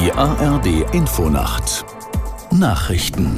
Die ARD Infonacht Nachrichten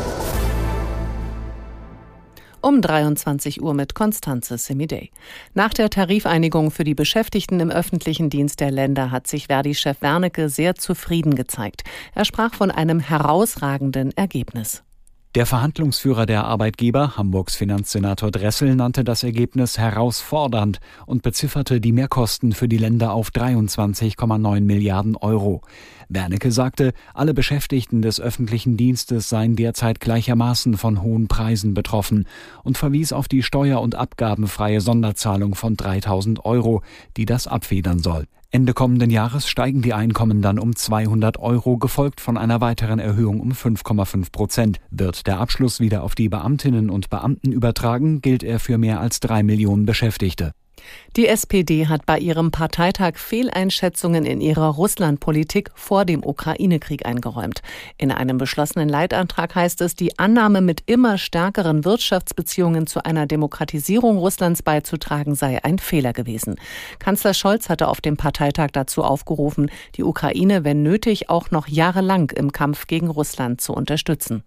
um 23 Uhr mit Constanze Semidey. Nach der Tarifeinigung für die Beschäftigten im öffentlichen Dienst der Länder hat sich Verdi-Chef Wernicke sehr zufrieden gezeigt. Er sprach von einem herausragenden Ergebnis. Der Verhandlungsführer der Arbeitgeber, Hamburgs Finanzsenator Dressel, nannte das Ergebnis herausfordernd und bezifferte die Mehrkosten für die Länder auf 23,9 Milliarden Euro. Wernicke sagte, alle Beschäftigten des öffentlichen Dienstes seien derzeit gleichermaßen von hohen Preisen betroffen und verwies auf die steuer- und abgabenfreie Sonderzahlung von 3.000 Euro, die das abfedern soll. Ende kommenden Jahres steigen die Einkommen dann um 200 Euro, gefolgt von einer weiteren Erhöhung um 5,5%. Wird der Abschluss wieder auf die Beamtinnen und Beamten übertragen, gilt er für mehr als 3 Millionen Beschäftigte. Die SPD hat bei ihrem Parteitag Fehleinschätzungen in ihrer Russlandpolitik vor dem Ukraine-Krieg eingeräumt. In einem beschlossenen Leitantrag heißt es, die Annahme, mit immer stärkeren Wirtschaftsbeziehungen zu einer Demokratisierung Russlands beizutragen, sei ein Fehler gewesen. Kanzler Scholz hatte auf dem Parteitag dazu aufgerufen, die Ukraine, wenn nötig, auch noch jahrelang im Kampf gegen Russland zu unterstützen.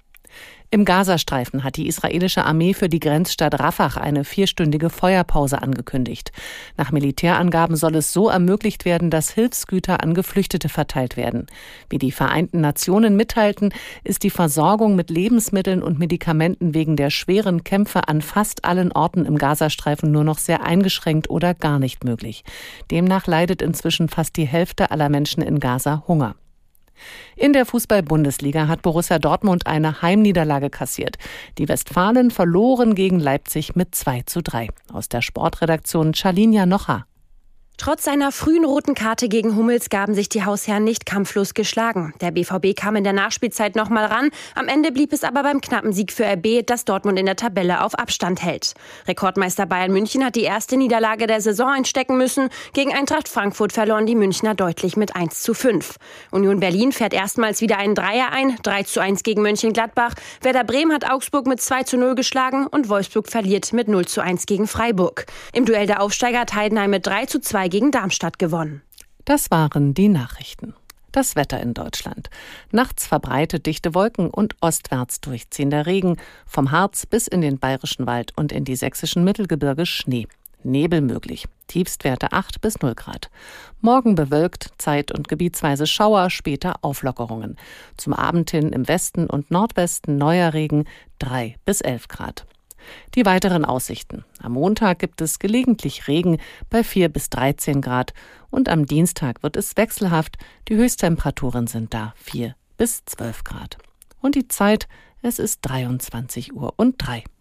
Im Gazastreifen hat die israelische Armee für die Grenzstadt Rafah eine 4-stündige Feuerpause angekündigt. Nach Militärangaben soll es so ermöglicht werden, dass Hilfsgüter an Geflüchtete verteilt werden. Wie die Vereinten Nationen mitteilten, ist die Versorgung mit Lebensmitteln und Medikamenten wegen der schweren Kämpfe an fast allen Orten im Gazastreifen nur noch sehr eingeschränkt oder gar nicht möglich. Demnach leidet inzwischen fast die Hälfte aller Menschen in Gaza Hunger. In der Fußball-Bundesliga hat Borussia Dortmund eine Heimniederlage kassiert. Die Westfalen verloren gegen Leipzig mit 2:3. Aus der Sportredaktion Charlinia Nocha. Trotz seiner frühen roten Karte gegen Hummels gaben sich die Hausherren nicht kampflos geschlagen. Der BVB kam in der Nachspielzeit noch mal ran. Am Ende blieb es aber beim knappen Sieg für RB, das Dortmund in der Tabelle auf Abstand hält. Rekordmeister Bayern München hat die erste Niederlage der Saison einstecken müssen. Gegen Eintracht Frankfurt verloren die Münchner deutlich mit 1:5. Union Berlin fährt erstmals wieder einen Dreier ein, 3:1 gegen Mönchengladbach. Werder Bremen hat Augsburg mit 2:0 geschlagen und Wolfsburg verliert mit 0:1 gegen Freiburg. Im Duell der Aufsteiger hat Heidenheim mit 3:2 gegen Darmstadt gewonnen. Das waren die Nachrichten. Das Wetter in Deutschland. Nachts verbreitet dichte Wolken und ostwärts durchziehender Regen. Vom Harz bis in den Bayerischen Wald und in die sächsischen Mittelgebirge Schnee. Nebel möglich. Tiefstwerte 8 bis 0 Grad. Morgen bewölkt, zeit- und gebietsweise Schauer, später Auflockerungen. Zum Abend hin im Westen und Nordwesten neuer Regen, 3 bis 11 Grad. Die weiteren Aussichten. Am Montag gibt es gelegentlich Regen bei 4 bis 13 Grad und am Dienstag wird es wechselhaft. Die Höchsttemperaturen sind da 4 bis 12 Grad. Und die Zeit, es ist 23:03 Uhr.